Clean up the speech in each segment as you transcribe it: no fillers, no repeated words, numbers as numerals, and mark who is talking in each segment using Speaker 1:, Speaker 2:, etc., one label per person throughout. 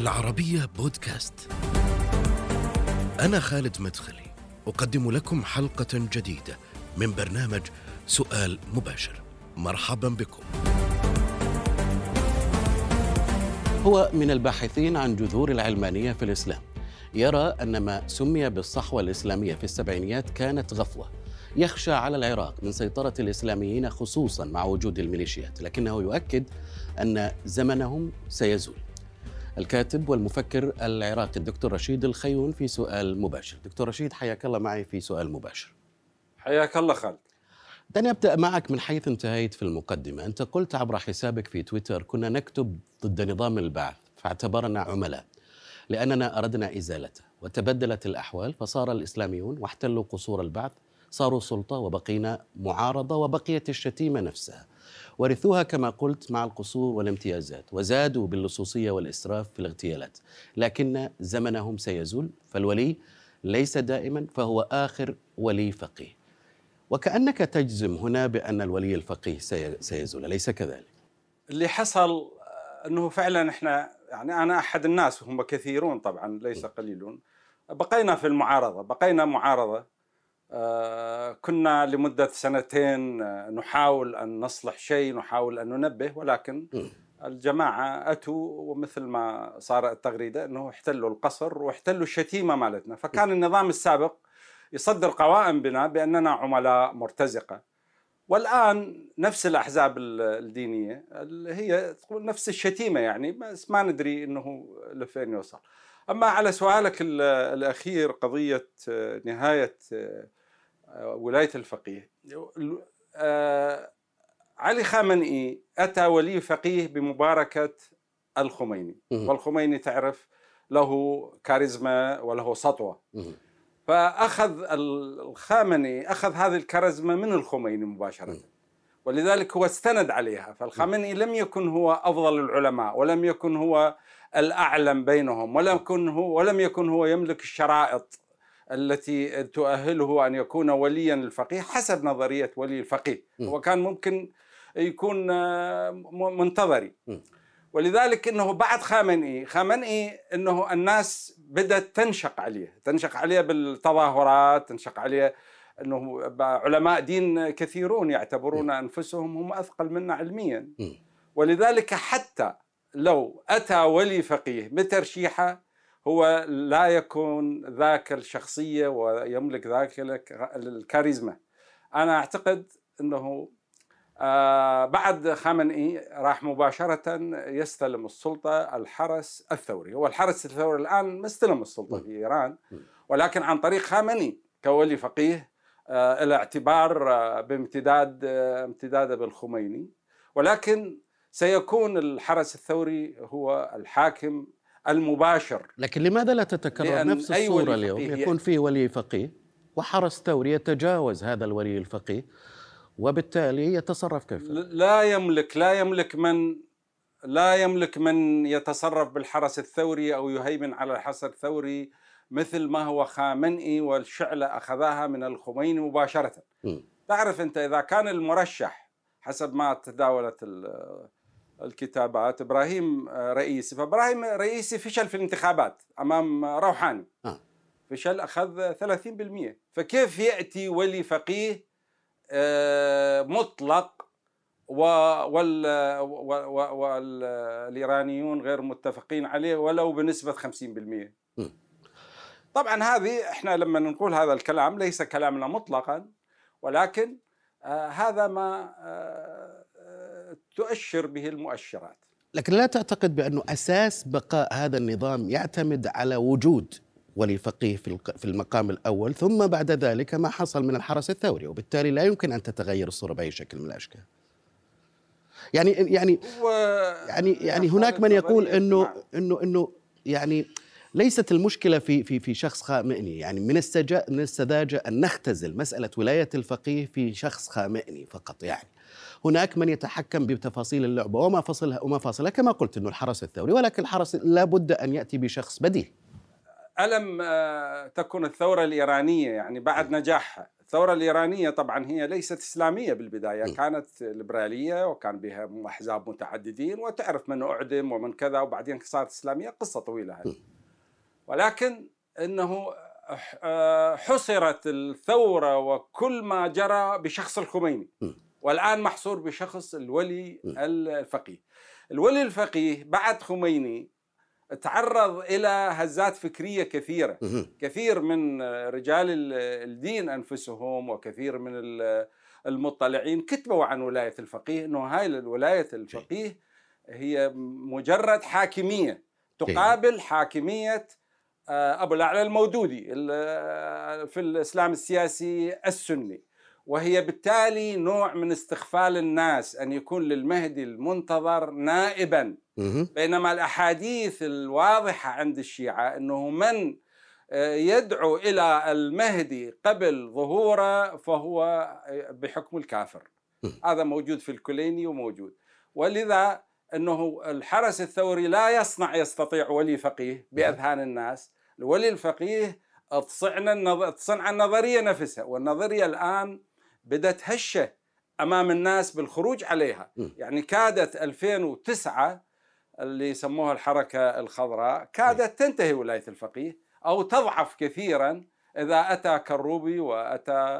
Speaker 1: العربية بودكاست. أنا خالد مدخلي أقدم لكم حلقة جديدة من برنامج سؤال مباشر. مرحبا بكم.
Speaker 2: هو من الباحثين عن جذور العلمانية في الإسلام، يرى أن ما سمي بالصحوة الإسلامية في السبعينيات كانت غفوة، يخشى على العراق من سيطرة الإسلاميين خصوصا مع وجود الميليشيات، لكنه يؤكد أن زمنهم سيزول. الكاتب والمفكر العراقي الدكتور رشيد الخيون في سؤال مباشر. دكتور رشيد، حياك الله معي في سؤال مباشر.
Speaker 3: حياك الله خالد.
Speaker 2: دعني أبدأ معك من حيث انتهيت في المقدمة. أنت قلت عبر حسابك في تويتر: كنا نكتب ضد نظام البعث فاعتبرنا عملاء لأننا أردنا إزالته، وتبدلت الأحوال فصار الإسلاميون واحتلوا قصور البعث، صاروا سلطة وبقينا معارضة، وبقيت الشتيمة نفسها، ورثوها كما قلت مع القصور والامتيازات، وزادوا باللصوصية والإسراف في الاغتيالات، لكن زمنهم سيزول، فالولي ليس دائما، فهو آخر ولي فقيه. وكأنك تجزم هنا بأن الولي الفقيه سيزول، أليس كذلك؟
Speaker 3: اللي حصل أنه فعلا إحنا، يعني أنا أحد الناس وهم كثيرون طبعا ليس قليلون، بقينا في المعارضة، بقينا معارضة. كنا لمدة سنتين نحاول أن نصلح شيء، نحاول أن ننبه، ولكن الجماعة أتوا ومثل ما صار التغريدة أنه احتلوا القصر واحتلوا الشتيمة مالتنا. فكان النظام السابق يصدر قوائم بنا بأننا عملاء مرتزقة، والآن نفس الأحزاب الدينية هي نفس الشتيمة، يعني بس ما ندري أنه لفين يوصل. أما على سؤالك الأخير، قضية نهاية ولاية الفقيه، علي خامنئي أتى ولي فقيه بمباركة الخميني، والخميني تعرف له كاريزما وله سطوة، فأخذ الخامنئي أخذ هذه الكاريزما من الخميني مباشرة، ولذلك هو استند عليها. فالخامنئي لم يكن هو أفضل العلماء، ولم يكن هو الأعلم بينهم، ولم يكن هو يملك الشرائط التي تؤهله أن يكون وليا للفقيه حسب نظرية ولي الفقيه. هو كان ممكن يكون منتظري، ولذلك أنه بعد خامنئي أنه الناس بدأت تنشق عليه بالتظاهرات، تنشق عليه أنه علماء دين كثيرون يعتبرون أنفسهم هم أثقل منا علميا، ولذلك حتى لو أتى ولي فقيه بترشيحه هو لا يكون ذاك الشخصية ويملك ذاك الكاريزما. أنا أعتقد أنه بعد خامنئي راح مباشرة يستلم السلطة الحرس الثوري. هو الحرس الثوري الآن ما استلم السلطة في إيران، ولكن عن طريق خامنئي كولي فقيه إلى اعتبار بامتداد بالخميني، ولكن سيكون الحرس الثوري هو الحاكم المباشر.
Speaker 2: لكن لماذا لا تتكرر نفس الصورة اليوم؟ يكون فيه ولي فقيه وحرس ثوري يتجاوز هذا الولي الفقيه وبالتالي يتصرف كيف؟
Speaker 3: لا يملك من يتصرف بالحرس الثوري أو يهيمن على الحرس الثوري مثل ما هو خامنئي والشعلة أخذها من الخميني مباشرة. تعرف أنت، إذا كان المرشح حسب ما تداولت الكتابات إبراهيم رئيسي، فإبراهيم رئيسي فشل في الانتخابات أمام روحاني، فشل، أخذ 30%. فكيف يأتي ولي فقيه مطلق والإيرانيون غير متفقين عليه ولو بنسبة 50%؟ طبعا هذه احنا لما نقول هذا الكلام ليس كلامنا مطلقا، ولكن هذا ما تؤشر به المؤشرات.
Speaker 2: لكن لا تعتقد بأنه أساس بقاء هذا النظام يعتمد على وجود ولي فقيه في المقام الأول، ثم بعد ذلك ما حصل من الحرس الثوري، وبالتالي لا يمكن أن تتغير الصورة بأي شكل من الأشكال. يعني هناك من يقول إنه يعني ليست المشكلة في شخص خامنئي، يعني من السذاجة أن نختزل مسألة ولاية الفقيه في شخص خامنئي فقط. يعني هناك من يتحكم بتفاصيل اللعبة وما فصلها كما قلت، إنه الحرس الثوري، ولكن الحرس لابد أن يأتي بشخص بديل.
Speaker 3: ألم تكن الثورة الإيرانية يعني بعد نجاحها. الثورة الإيرانية طبعا هي ليست إسلامية بالبداية، كانت ليبرالية وكان بها أحزاب متعددين، وتعرف من أعدم ومن كذا، وبعدين صارت إسلامية، قصة طويلة هذه. ولكن أنه حصرت الثورة وكل ما جرى بشخص الخميني، والآن محصور بشخص الولي الفقيه. الولي الفقيه بعد خميني تعرض إلى هزات فكرية كثيرة. كثير من رجال الدين أنفسهم وكثير من المطلعين كتبوا عن ولاية الفقيه، أنه هاي الولاية الفقيه هي مجرد حاكمية تقابل حاكمية أبو الأعلى المودودي في الإسلام السياسي السني، وهي بالتالي نوع من استغفال الناس أن يكون للمهدي المنتظر نائبا. بينما الأحاديث الواضحة عند الشيعة أنه من يدعو إلى المهدي قبل ظهوره فهو بحكم الكافر. هذا موجود في الكليني وموجود. ولذا أنه الحرس الثوري لا يستطيع ولي فقيه بأذهان الناس. الولي الفقيه تصنع النظرية نفسها، والنظرية الآن بدأت هشة أمام الناس بالخروج عليها. يعني كادت 2009 اللي يسموها الحركة الخضراء كادت تنتهي ولاية الفقيه أو تضعف كثيرا إذا أتى كروبي وأتى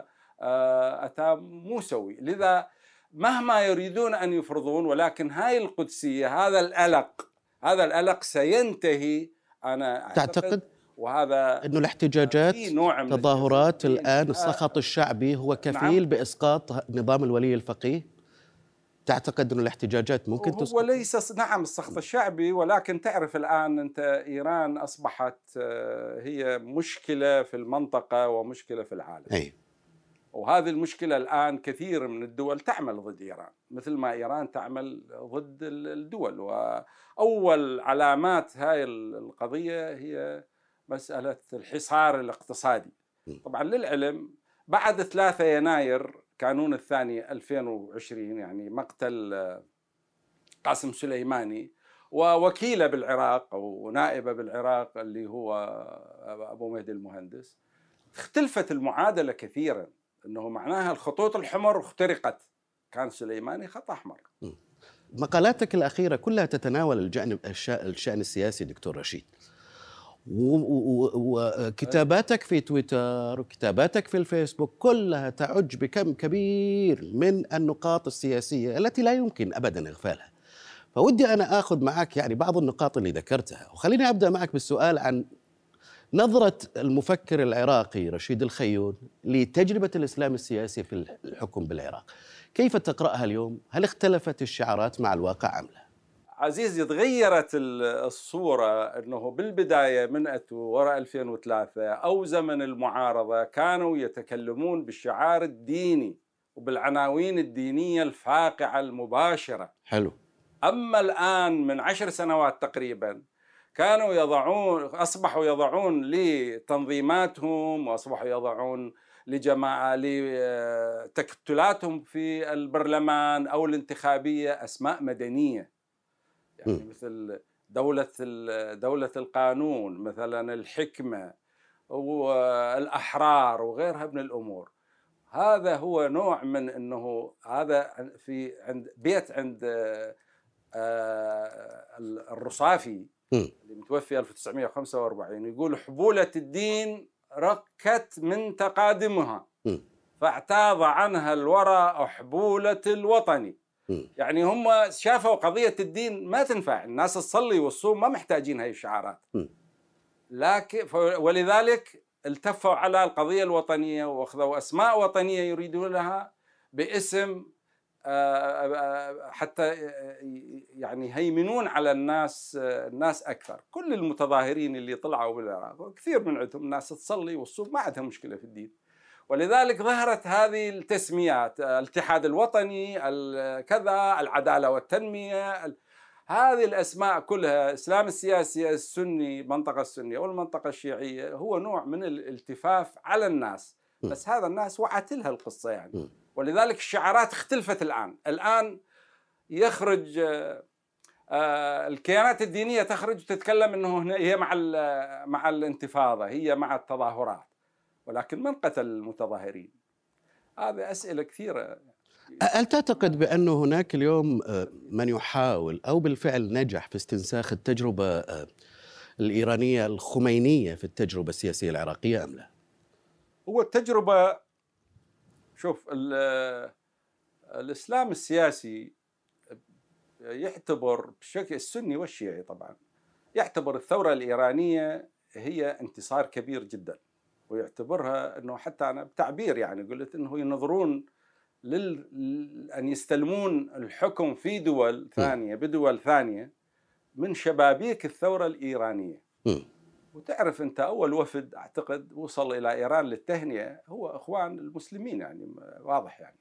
Speaker 3: موسوي. لذا مهما يريدون أن يفرضون، ولكن هاي القدسية، هذا الألق سينتهي. أنا
Speaker 2: تعتقد
Speaker 3: وهذا
Speaker 2: أنه الاحتجاجات تظاهرات الآن السخط الشعبي هو كفيل بإسقاط نظام الولي الفقيه؟ تعتقد أن الاحتجاجات ممكن تسقط؟
Speaker 3: هو ليس نعم السخط الشعبي، ولكن تعرف الآن أنت إيران أصبحت هي مشكلة في المنطقة ومشكلة في العالم. وهذه المشكلة الآن كثير من الدول تعمل ضد إيران، مثل ما إيران تعمل ضد الدول. وأول علامات هاي القضية هي مسألة الحصار الاقتصادي. طبعا للعلم بعد 3 يناير كانون الثاني 2020، يعني مقتل قاسم سليماني ووكيله بالعراق أو نائبه بالعراق اللي هو أبو مهدي المهندس، اختلفت المعادلة كثيرا. أنه معناها الخطوط الحمر اخترقت، كان سليماني خط أحمر.
Speaker 2: مقالاتك الأخيرة كلها تتناول الجانب الشأن السياسي دكتور رشيد، وكتاباتك في تويتر وكتاباتك في الفيسبوك كلها تعج بكم كبير من النقاط السياسية التي لا يمكن أبدا إغفالها. فودي أنا أخذ معك يعني بعض النقاط اللي ذكرتها، وخليني أبدأ معك بالسؤال عن نظرة المفكر العراقي رشيد الخيون لتجربة الإسلام السياسي في الحكم بالعراق. كيف تقرأها اليوم؟ هل اختلفت الشعارات مع الواقع أم لا؟
Speaker 3: عزيزي، تغيرت الصورة. أنه بالبداية من أتوا وراء 2003 أو زمن المعارضة كانوا يتكلمون بالشعار الديني وبالعناوين الدينية الفاقعة المباشرة.
Speaker 2: حلو.
Speaker 3: أما الآن من 10 سنوات تقريبا أصبحوا يضعون لتنظيماتهم، وأصبحوا يضعون لتكتلاتهم في البرلمان أو الانتخابية أسماء مدنية، يعني مثل دولة القانون، مثلا الحكمة والأحرار وغيرها من الأمور. هذا هو نوع من أنه هذا عند الرصافي اللي متوفي 1945 يقول: حبولة الدين ركت من تقادمها فاعتاض عنها الورى حبولة الوطن. يعني هم شافوا قضية الدين ما تنفع، الناس تصلي والصوم ما محتاجين هاي الشعارات، لكن ولذلك التفوا على القضية الوطنية واخذوا أسماء وطنية يريدون لها باسم حتى يعني هيمنون على الناس أكثر. كل المتظاهرين اللي طلعوا بالعراق كثير من عندهم ناس تصلي والصوم ما عندها مشكلة في الدين، ولذلك ظهرت هذه التسميات: الاتحاد الوطني، كذا، العدالة والتنمية. هذه الأسماء كلها، الإسلام السياسي السني، المنطقة السنية والمنطقة الشيعية، هو نوع من الالتفاف على الناس. بس هذا الناس وعت لها القصة يعني. ولذلك الشعارات اختلفت الآن يخرج الكيانات الدينية تخرج وتتكلم أنه هي مع الانتفاضة، هي مع التظاهرات، ولكن من قتل المتظاهرين؟ هذه أسئلة كثيرة.
Speaker 2: هل تعتقد بأن هناك اليوم من يحاول أو بالفعل نجح في استنساخ التجربة الإيرانية الخمينية في التجربة السياسية العراقية أم لا؟
Speaker 3: هو التجربة، شوف، الإسلام السياسي يعتبر بشكل السني والشيعي طبعا يعتبر الثورة الإيرانية هي انتصار كبير جدا، ويعتبرها أنه حتى أنا بتعبير يعني قلت أنه ينظرون أن يستلمون الحكم في دول ثانية بدول ثانية من شبابيك الثورة الإيرانية. وتعرف أنت أول وفد أعتقد وصل إلى إيران للتهنئة هو إخوان المسلمين، يعني واضح يعني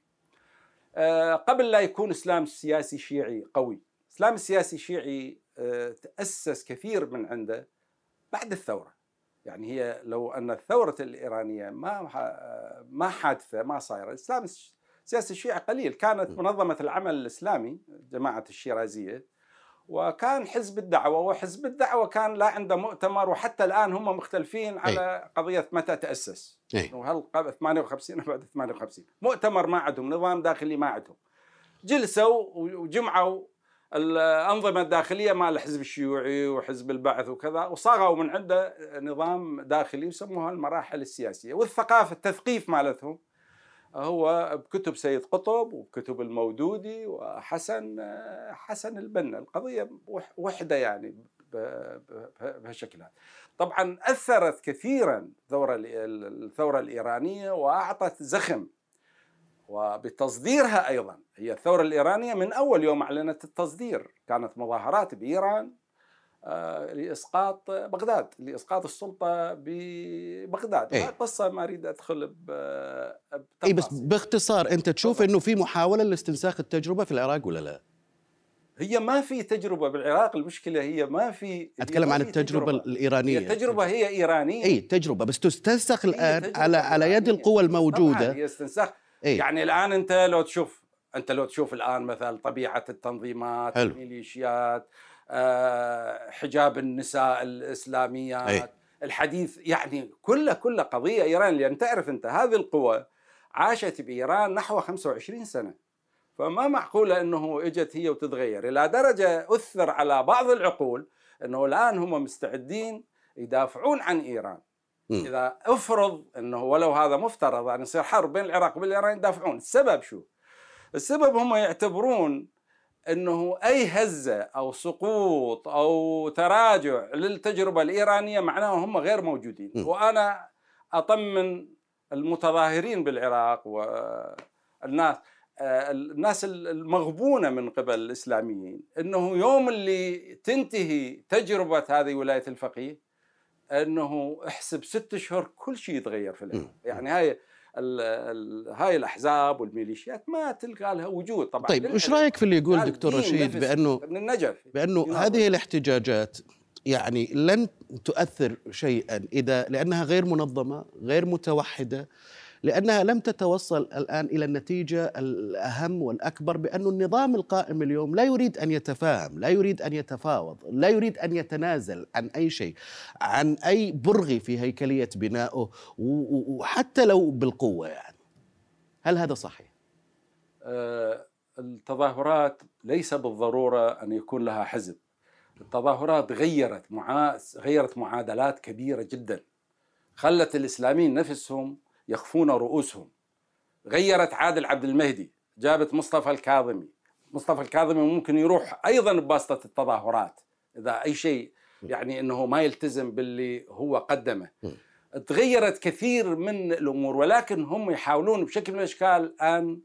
Speaker 3: قبل لا يكون إسلام سياسي شيعي قوي. إسلام السياسي شيعي تأسس كثير من عنده بعد الثورة. يعني هي لو أن الثورة الإيرانية ما حادثة ما صايرة، الإسلام السياسي الشيعي قليل. كانت منظمة العمل الإسلامي جماعة الشيرازية، وكان حزب الدعوة، وحزب الدعوة كان لا عنده مؤتمر، وحتى الآن هم مختلفين على قضية متى تأسس، وهل 58 أو بعد 58. مؤتمر ما عندهم، نظام داخلي ما عندهم. جلسوا وجمعوا الأنظمة الداخلية مع الحزب الشيوعي وحزب البعث وكذا، وصاغوا من عنده نظام داخلي يسموها المراحل السياسية. والثقافة التثقيف مالتهم هو بكتب سيد قطب وبكتب المودودي وحسن البنا. القضية وحدة يعني بهالشكل. طبعا أثرت كثيرا الثورة الإيرانية وأعطت زخم، وبتصديرها أيضا. هي الثورة الإيرانية من أول يوم أعلنت التصدير، كانت مظاهرات بإيران لإسقاط بغداد، لإسقاط السلطة ببغداد. قصة ما أريد أدخل
Speaker 2: بس باختصار أنت تشوف أنه في محاولة لاستنساخ التجربة في العراق ولا لا؟
Speaker 3: هي ما في تجربة بالعراق، المشكلة هي ما في.
Speaker 2: أتكلم عن التجربة الإيرانية.
Speaker 3: التجربة هي إيرانية،
Speaker 2: تجربة بس تستنسخ الآن على يد القوى الموجودة.
Speaker 3: هي استنساخ. يعني الآن أنت لو تشوف الآن مثلا طبيعة التنظيمات، الميليشيات، حجاب النساء الإسلاميات، الحديث، يعني كل قضية إيران. لأن تعرف أنت هذه القوى عاشت بإيران نحو 25 سنة، فما معقولة أنه إجت هي وتتغير إلى درجة أثر على بعض العقول أنه الآن هم مستعدين يدافعون عن إيران. إذا أفرض أنه ولو هذا مفترض أن يصير حرب بين العراق وبين إيران يدافعون. السبب شو؟ السبب هم يعتبرون أنه أي هزة أو سقوط أو تراجع للتجربة الإيرانية معناه هم غير موجودين. وأنا أطمن المتظاهرين بالعراق والناس المغبونة من قبل الإسلاميين أنه يوم اللي تنتهي تجربة هذه ولاية الفقيه أنه احسب 6 أشهر كل شيء يتغير في العراق. يعني هاي الأحزاب والميليشيات ما تلقى لها وجود طبعا.
Speaker 2: طيب وش رأيك في اللي يقول دكتور رشيد بأنه هذه الاحتجاجات يعني لن تؤثر شيئا لأنها غير منظمة غير متوحدة، لأنها لم تتوصل الآن إلى النتيجة الأهم والأكبر، بأن النظام القائم اليوم لا يريد أن يتفاهم، لا يريد أن يتفاوض، لا يريد أن يتنازل عن أي شيء، عن أي برغي في هيكلية بنائه، وحتى لو بالقوة. يعني هل هذا صحيح؟
Speaker 3: التظاهرات ليس بالضرورة أن يكون لها حزب. التظاهرات غيرت معادلات كبيرة جدا، خلت الإسلاميين نفسهم يخفون رؤوسهم. غيرت عادل عبد المهدي، جابت مصطفى الكاظمي ممكن يروح أيضا بواسطة التظاهرات إذا أي شيء، يعني أنه ما يلتزم باللي هو قدمه. تغيرت كثير من الأمور، ولكن هم يحاولون بشكل من الأشكال أن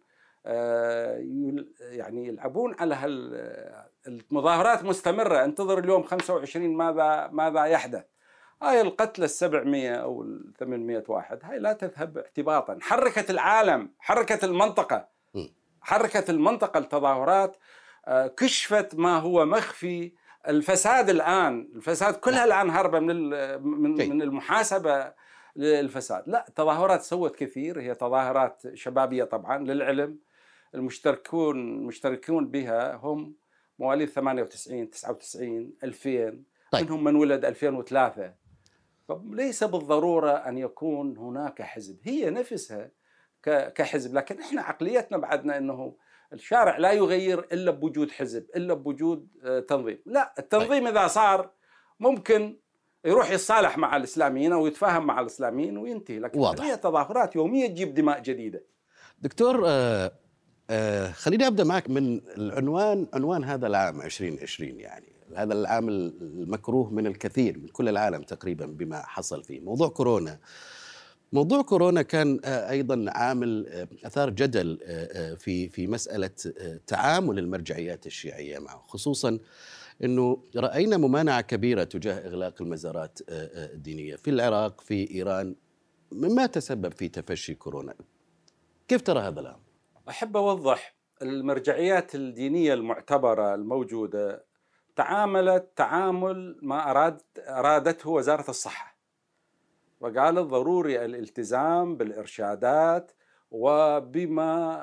Speaker 3: يعني يلعبون على المظاهرات مستمرة. انتظر اليوم 25 ماذا يحدث. هاي القتلى 700 أو 800 واحد هاي لا تذهب اعتباطا. حركت العالم، حركت المنطقة التظاهرات، كشفت ما هو مخفي. الفساد كلها الآن هربة من المحاسبة للفساد. لا، التظاهرات سوت كثير، هي تظاهرات شبابية طبعا. للعلم المشتركون بها هم مواليد 98 99 2000.
Speaker 2: طيب.
Speaker 3: منهم من ولد 2003. فليس بالضرورة أن يكون هناك حزب، هي نفسها كحزب، لكن إحنا عقليتنا بعدنا أنه الشارع لا يغير إلا بوجود حزب، إلا بوجود تنظيم. لا، التنظيم إذا صار ممكن يروح يتصالح مع الإسلاميين أو يتفاهم مع الإسلاميين وينتهي، لكن هي تظاهرات يومية تجيب دماء جديدة.
Speaker 2: دكتور، خليني أبدأ معك من عنوان هذا العام 2020، يعني هذا العام المكروه من الكثير من كل العالم تقريبا بما حصل فيه، موضوع كورونا كان أيضا عامل أثار جدل في مسألة تعامل المرجعيات الشيعية معه، خصوصا أنه رأينا ممانعة كبيرة تجاه إغلاق المزارات الدينية في العراق، في إيران، مما تسبب في تفشي كورونا. كيف ترى هذا الأمر؟
Speaker 3: أحب أوضح، المرجعيات الدينية المعتبرة الموجودة تعاملت تعامل ما أرادته وزارة الصحة، وقالت ضروري الالتزام بالإرشادات وبما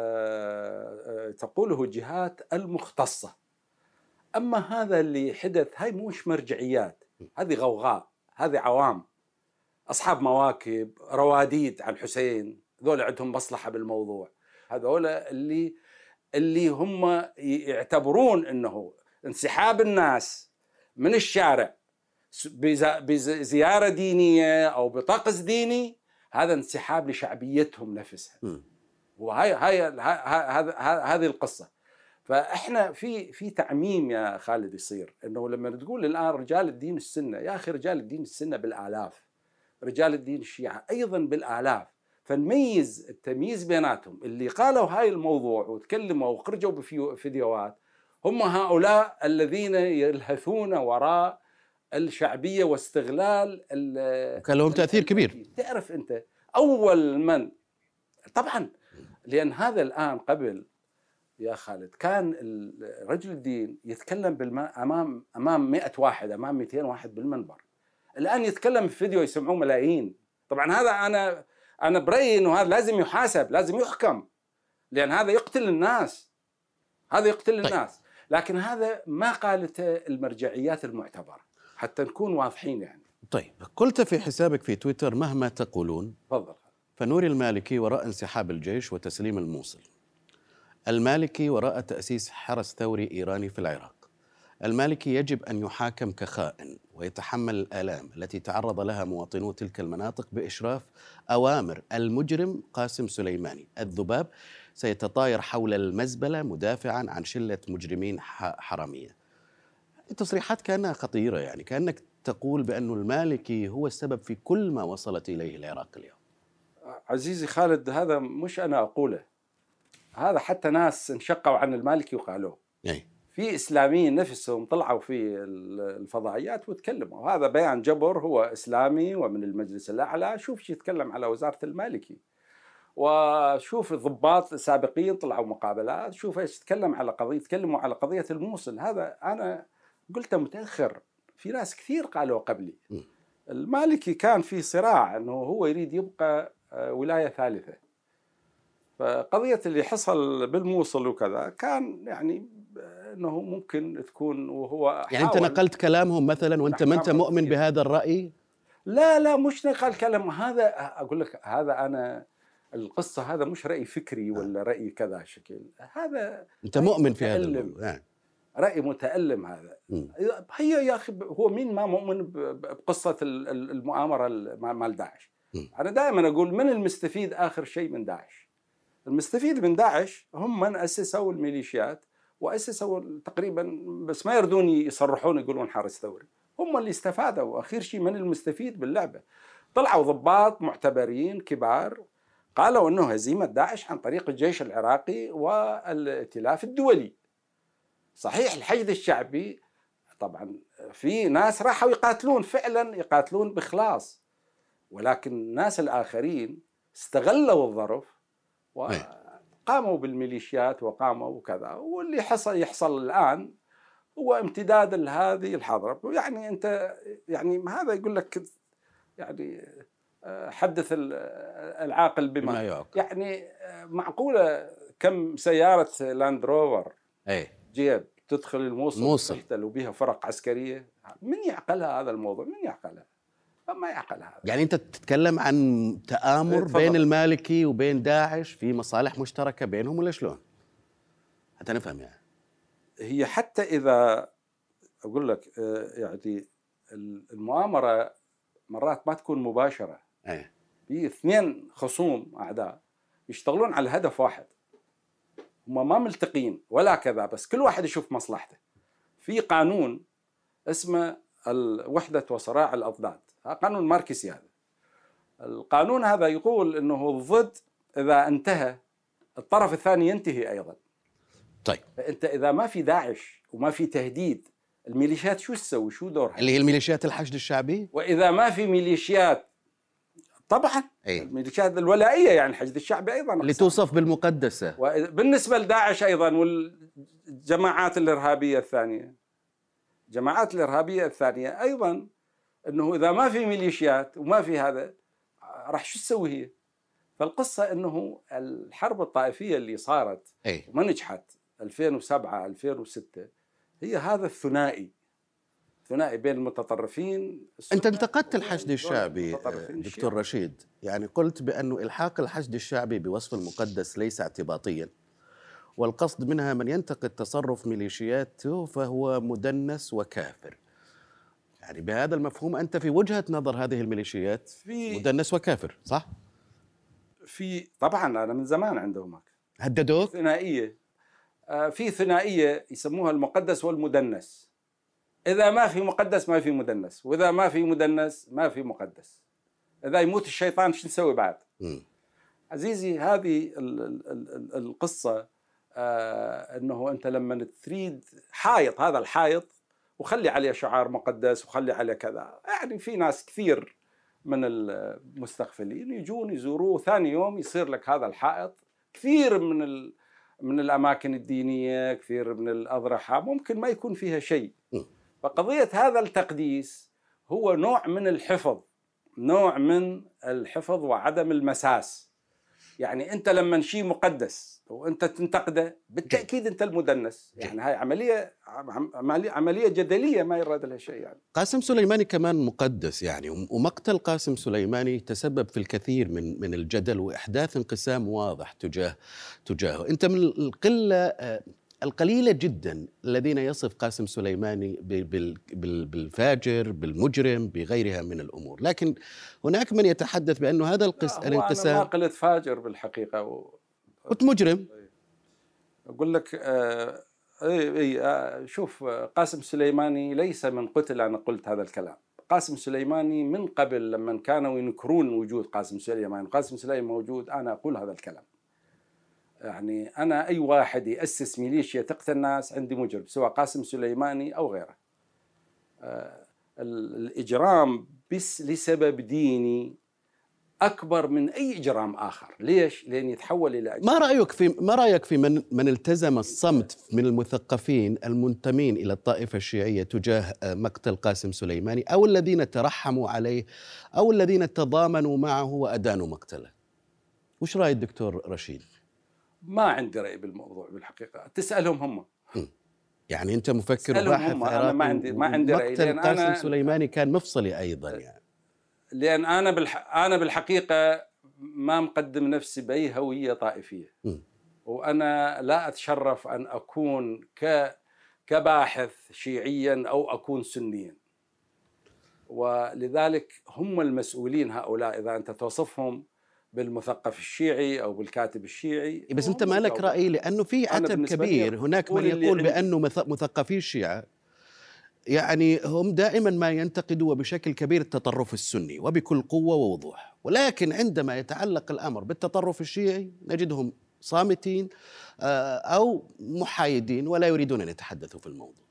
Speaker 3: تقوله الجهات المختصة. أما هذا اللي حدث، هاي مش مرجعيات، هذه غوغاء، هذه عوام، أصحاب مواكب، رواديد عن حسين، ذول عندهم مصلحة بالموضوع. هذول اللي هم يعتبرون أنه انسحاب الناس من الشارع بزيارة دينية أو بطقس ديني، هذا انسحاب لشعبيتهم نفسها. وهي هذه القصة. فإحنا في تعميم يا خالد يصير، أنه لما تقول الآن رجال الدين السنة، يا أخي رجال الدين السنة بالآلاف، رجال الدين الشيعة أيضا بالآلاف. فنميز التمييز بيناتهم. اللي قالوا هاي الموضوع وتكلموا وخرجوا بفيديوهات هم هؤلاء الذين يلهثون وراء الشعبية واستغلال،
Speaker 2: كان لهم تأثير كبير.
Speaker 3: تعرف أنت أول من طبعا، لأن هذا الآن قبل يا خالد كان رجل الدين يتكلم أمام 100 واحد، أمام 200 واحد بالمنبر. الآن يتكلم في فيديو يسمعوه ملايين. طبعا هذا أنا برأيي أنه هذا لازم يحاسب، لازم يحكم، لأن هذا يقتل الناس، هذا يقتل الناس. لكن هذا ما قالته المرجعيات المعتبرة، حتى نكون واضحين يعني.
Speaker 2: طيب، قلت في حسابك في تويتر: مهما تقولون
Speaker 3: تفضل.
Speaker 2: فنوري المالكي وراء انسحاب الجيش وتسليم الموصل، المالكي وراء تأسيس حرس ثوري إيراني في العراق، المالكي يجب أن يحاكم كخائن ويتحمل الآلام التي تعرض لها مواطنو تلك المناطق بإشراف أوامر المجرم قاسم سليماني. الذباب سيتطاير حول المزبلة مدافعا عن شلة مجرمين حرامية. التصريحات كانها خطيرة، يعني كأنك تقول بأن المالكي هو السبب في كل ما وصلت إليه العراق اليوم.
Speaker 3: عزيزي خالد، هذا مش أنا أقوله، هذا حتى ناس انشقوا عن المالكي وقالوه. في إسلاميين نفسهم طلعوا في الفضائيات وتكلموا. هذا بيان جبر، هو إسلامي ومن المجلس الأعلى. شوف شو يتكلم على وزارة المالكي، وشوف الضباط السابقين طلعوا مقابلات، شوف ايش يتكلم على قضية، يتكلموا على قضية الموصل. هذا أنا قلته متأخر، في ناس كثير قالوا قبلي. المالكي كان في صراع أنه هو يريد يبقى ولاية ثالثة، فقضية اللي حصل بالموصل وكذا كان يعني أنه ممكن تكون، وهو
Speaker 2: يعني أنت نقلت كلامهم مثلا وأنت ما أنت مؤمن بهذا الرأي؟
Speaker 3: لا مش نقل كلام، هذا أقول لك، هذا أنا القصة، هذا مش رأي فكري ولا رأي كذا شكل، هذا
Speaker 2: أنت مؤمن في هذا الموضوع.
Speaker 3: رأي متألم هذا. هي يا أخي، هو مين ما مؤمن بقصة المؤامرة مال داعش؟ أنا دائما أقول من المستفيد آخر شيء من داعش؟ المستفيد من داعش هم من أسسوا الميليشيات وأسسوا تقريبا، بس ما يردون يصرحون يقولون حارس ثوري. هم اللي استفادوا أخير شيء. من المستفيد باللعبة؟ طلعوا ضباط معتبرين كبار قالوا أنه هزيمة داعش عن طريق الجيش العراقي والائتلاف الدولي. صحيح الحشد الشعبي طبعا في ناس راحوا يقاتلون، فعلا يقاتلون بإخلاص، ولكن الناس الآخرين استغلوا الظرف وقاموا بالميليشيات وقاموا وكذا. واللي يحصل الآن هو امتداد لهذه الحضرة. يعني أنت يعني هذا يقول لك يعني حدث العاقل بما
Speaker 2: يعقل.
Speaker 3: يعني معقولة كم سيارة لاند روفر جيب تدخل الموصل تحتل بها فرق عسكرية. من يعقلها هذا الموضوع؟ من يعقلها؟ ما يعقلها.
Speaker 2: يعني أنت تتكلم عن تآمر بين المالكي وبين داعش في مصالح مشتركة بينهم ولا شلون؟ حتى نفهم يعني.
Speaker 3: هي حتى إذا أقول لك يعني المؤامرة مرات ما تكون مباشرة. في اثنين خصوم أعداء يشتغلون على هدف واحد، هم ما ملتقين ولا كذا، بس كل واحد يشوف مصلحته. في قانون اسمه وحدة وصراع الأضداد، قانون ماركسي هذا. القانون هذا يقول أنه الضد إذا انتهى الطرف الثاني ينتهي أيضا.
Speaker 2: طيب
Speaker 3: فأنت إذا ما في داعش وما في تهديد، الميليشيات شو تسوي؟ شو دورها؟
Speaker 2: اللي هي الميليشيات الحشد الشعبي.
Speaker 3: وإذا ما في ميليشيات طبعا الميليشيات الولائية، يعني الحشد الشعبي أيضا
Speaker 2: اللي توصف بالمقدسة.
Speaker 3: وبالنسبة لداعش أيضا والجماعات الإرهابية الثانية، جماعات الإرهابية الثانية أيضا، أنه إذا ما في ميليشيات وما في هذا راح شو تسوي هي؟ فالقصة أنه الحرب الطائفية اللي صارت وما نجحت 2007 2006 هي هذا الثنائي بين المتطرفين.
Speaker 2: أنت انتقدت الحشد الشعبي دكتور رشيد، يعني قلت بأنه إلحاق الحشد الشعبي بوصف المقدس ليس اعتباطيا، والقصد منها من ينتقد تصرف ميليشياته فهو مدنس وكافر. يعني بهذا المفهوم أنت في وجهة نظر هذه الميليشيات مدنس وكافر، صح؟
Speaker 3: طبعا أنا من زمان عندهم
Speaker 2: هددوك؟
Speaker 3: في ثنائية يسموها المقدس والمدنس. إذا ما في مقدس ما في مدنس، وإذا ما في مدنس ما في مقدس. إذا يموت الشيطان شو نسوي بعد؟ عزيزي هذه القصة أنه أنت لما تريد حائط، هذا الحائط وخلي عليه شعار مقدس وخلي عليه كذا، يعني في ناس كثير من المستغفلين يجون يزوروه، ثاني يوم يصير لك هذا الحائط. كثير من الأماكن الدينية، كثير من الأضرحة ممكن ما يكون فيها شيء. فقضية هذا التقديس هو نوع من الحفظ وعدم المساس. يعني أنت لما شيء مقدس وأنت تنتقده بالتأكيد أنت المدنس. يعني هاي عملية جدلية ما يراد لها شيء. يعني
Speaker 2: قاسم سليماني كمان مقدس يعني، ومقتل قاسم سليماني تسبب في الكثير من الجدل وإحداث انقسام واضح تجاهه. أنت من القلة القليلة جدا الذين يصف قاسم سليماني بالفاجر، بالمجرم، بغيرها من الأمور، لكن هناك من يتحدث بأنه هذا الانقسام.
Speaker 3: أنا ما قلت فاجر بالحقيقة
Speaker 2: قلت مجرم.
Speaker 3: أقول لك شوف، قاسم سليماني ليس من قتل أنا قلت هذا الكلام. قاسم سليماني من قبل لما كانوا ينكرون وجود قاسم سليماني موجود، أنا أقول هذا الكلام. يعني أنا أي واحد يأسس ميليشيا تقتل الناس عندي مجرم، سواء قاسم سليماني أو غيره. الإجرام بس لسبب ديني أكبر من أي إجرام آخر. ليش؟ لأن يتحول إلى إجرام.
Speaker 2: ما رأيك في من التزم الصمت من المثقفين المنتمين إلى الطائفة الشيعية تجاه مقتل قاسم سليماني، أو الذين ترحموا عليه أو الذين تضامنوا معه وأدانوا مقتله؟ وش رأي الدكتور رشيد؟
Speaker 3: ما عندي رأي بالموضوع بالحقيقة، تسألهم هم.
Speaker 2: يعني أنت مفكر وباحث
Speaker 3: عراقي. ما عندي رأي.
Speaker 2: مقتل قاسم سليماني كان مفصلي أيضا يعني.
Speaker 3: لأن أنا بالحقيقة ما مقدم نفسي بأي هوية طائفية. وأنا لا أتشرف أن أكون كباحث شيعيا أو أكون سنيا، ولذلك هم المسؤولين هؤلاء. إذا أنت توصفهم بالمثقف الشيعي أو بالكاتب الشيعي،
Speaker 2: بس أنت ما لك رأي، لأنه في عتب كبير. هناك من يقول بأنه مثقفي الشيعة يعني هم دائما ما ينتقدوا بشكل كبير التطرف السني وبكل قوة ووضوح، ولكن عندما يتعلق الأمر بالتطرف الشيعي نجدهم صامتين أو محايدين ولا يريدون أن يتحدثوا في الموضوع.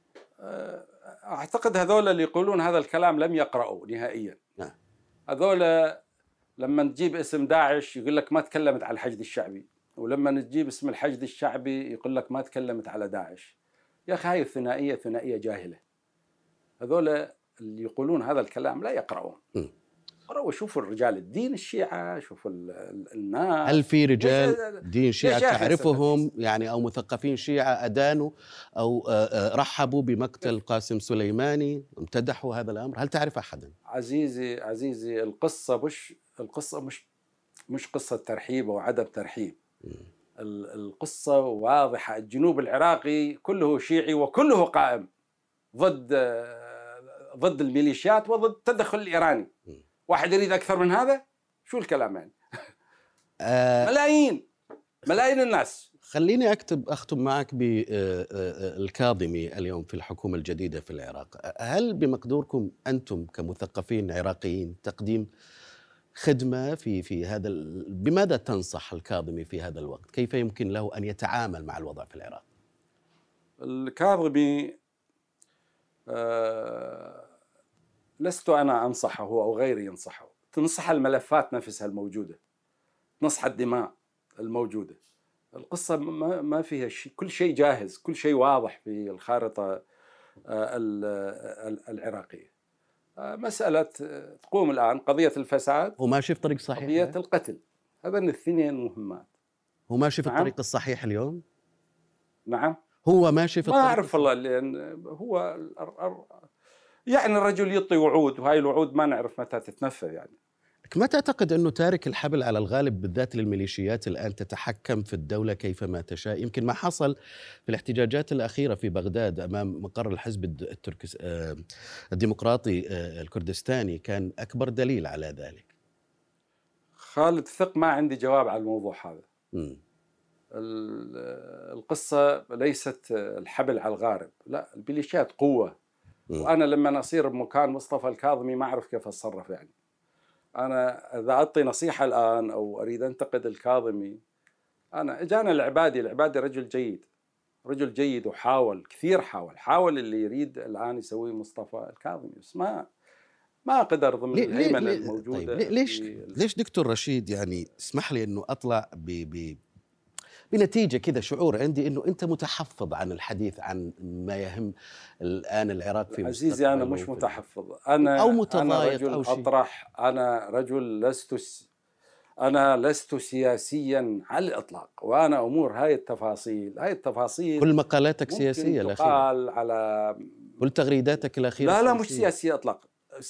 Speaker 3: أعتقد هذول اللي يقولون هذا الكلام لم يقرأوا نهائيا. هذول لما تجيب اسم داعش يقول لك ما تكلمت على الحشد الشعبي، ولما تجيب اسم الحشد الشعبي يقول لك ما تكلمت على داعش. يا أخي هاي ثنائية جاهلة. هذول اللي يقولون هذا الكلام لا يقرؤون. شوفوا الرجال الدين الشيعة، شوفوا الناس.
Speaker 2: هل في رجال دين شيعة تعرفهم يعني أو مثقفين شيعة أدانوا أو رحبوا بمقتل قاسم سليماني، امتدحوا هذا الأمر؟ هل تعرف أحدا؟
Speaker 3: عزيزي القصة مش قصة ترحيب أو عدم ترحيب. القصة واضحة. الجنوب العراقي كله شيعي وكله قائم ضد الميليشيات وضد التدخل الإيراني. واحد يريد أكثر من هذا؟ شو الكلام يعني؟ ملايين الناس.
Speaker 2: خليني أختم معك بالكاظمي اليوم في الحكومة الجديدة في العراق. هل بمقدوركم أنتم كمثقفين عراقيين تقديم خدمة في هذا بماذا تنصح الكاظمي في هذا الوقت؟ كيف يمكن له أن يتعامل مع الوضع في العراق؟
Speaker 3: الكاظمي لست أنا أنصحه أو غيري ينصحه. تنصح الملفات نفسها الموجودة، تنصح الدماء الموجودة. القصة ما فيها شيء، كل شيء جاهز، كل شيء واضح في الخارطة العراقية. مسألة تقوم الآن قضية الفساد
Speaker 2: وماشي في طريق صحيح،
Speaker 3: قضية القتل، هذين الاثنين مهمات.
Speaker 2: هو ماشي في الطريق الصحيح اليوم؟
Speaker 3: نعم،
Speaker 2: هو ماشي في الطريق.
Speaker 3: ما أعرف والله، لأن هو يعني الرجل يعطي وعود، وهاي الوعود ما نعرف متى تتنفذ. يعني
Speaker 2: ما تعتقد أنه تارك الحبل على الغالب بالذات للميليشيات الآن تتحكم في الدولة كيفما تشاء؟ يمكن ما حصل في الاحتجاجات الأخيرة في بغداد أمام مقر الحزب الديمقراطي الكردستاني كان أكبر دليل على ذلك.
Speaker 3: خالد ثق، ما عندي جواب على الموضوع هذا. القصة ليست الحبل على الغارب، لا، الميليشيات قوة. وأنا لما أصير بمكان مصطفى الكاظمي ما أعرف كيف أتصرف. يعني أنا إذا أعطي نصيحة الآن أو أريد أنتقد الكاظمي، أنا إجانا العبادي رجل جيد وحاول كثير، حاول اللي يريد الآن يسويه مصطفى الكاظمي، بس ما قدر ضمن الهيمنة الموجودة.
Speaker 2: طيب ليش دكتور رشيد، يعني اسمح لي أنه أطلع بنتيجة كذا، شعور عندي أنه أنت متحفظ عن الحديث عن ما يهم الآن العراق في
Speaker 3: عزيزي. أنا مش متحفظ، أنا رجل أو أطرح، أنا لست سياسيا على الإطلاق، وأنا أمور هاي التفاصيل
Speaker 2: كل مقالاتك سياسية الأخيرة،
Speaker 3: تقال على
Speaker 2: كل تغريداتك الأخيرة
Speaker 3: لا مش سياسية إطلاق،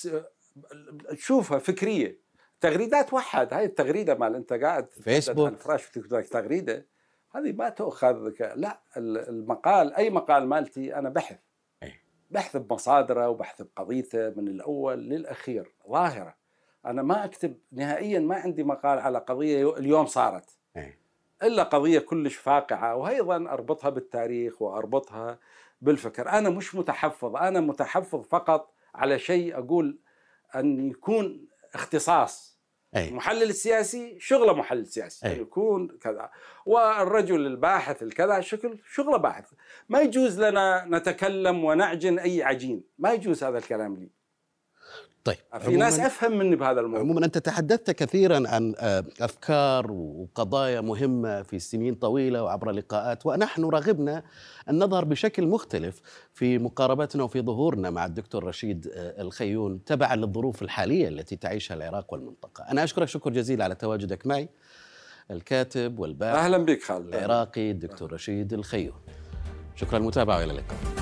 Speaker 3: شوفها فكرية. تغريدات وحد، هاي التغريدة مال أنت قاعد
Speaker 2: فيسبوك
Speaker 3: على الفراش وتكتب تغريدة، هذه ما تأخذ لا، المقال، أي مقال مالتي أنا بحث بمصادره وبحث بقضيته من الأول للأخير ظاهرة. أنا ما أكتب نهائيا، ما عندي مقال على قضية اليوم صارت إلا قضية كلش فاقعة، وأيضا أربطها بالتاريخ وأربطها بالفكر. أنا مش متحفظ، أنا متحفظ فقط على شيء أقول أن يكون اختصاص. المحلل السياسي شغله محلل سياسي، يعني يكون كذا، والرجل الباحث الكذا شغله باحث. ما يجوز لنا نتكلم ونعجن أي عجين، ما يجوز هذا الكلام لي.
Speaker 2: طيب،
Speaker 3: في ناس أفهم مني بهذا الموضوع.
Speaker 2: عموما أنت تحدثت كثيرا عن أفكار وقضايا مهمة في سنين طويلة وعبر لقاءات، ونحن رغبنا أن نظهر بشكل مختلف في مقاربتنا وفي ظهورنا مع الدكتور رشيد الخيون تبعا للظروف الحالية التي تعيشها العراق والمنطقة. أنا أشكرك شكر جزيل على تواجدك معي، الكاتب والباحث
Speaker 3: أهلا بك خالد
Speaker 2: العراقي الدكتور رشيد الخيون. شكرا للمتابعة وإلى اللقاء.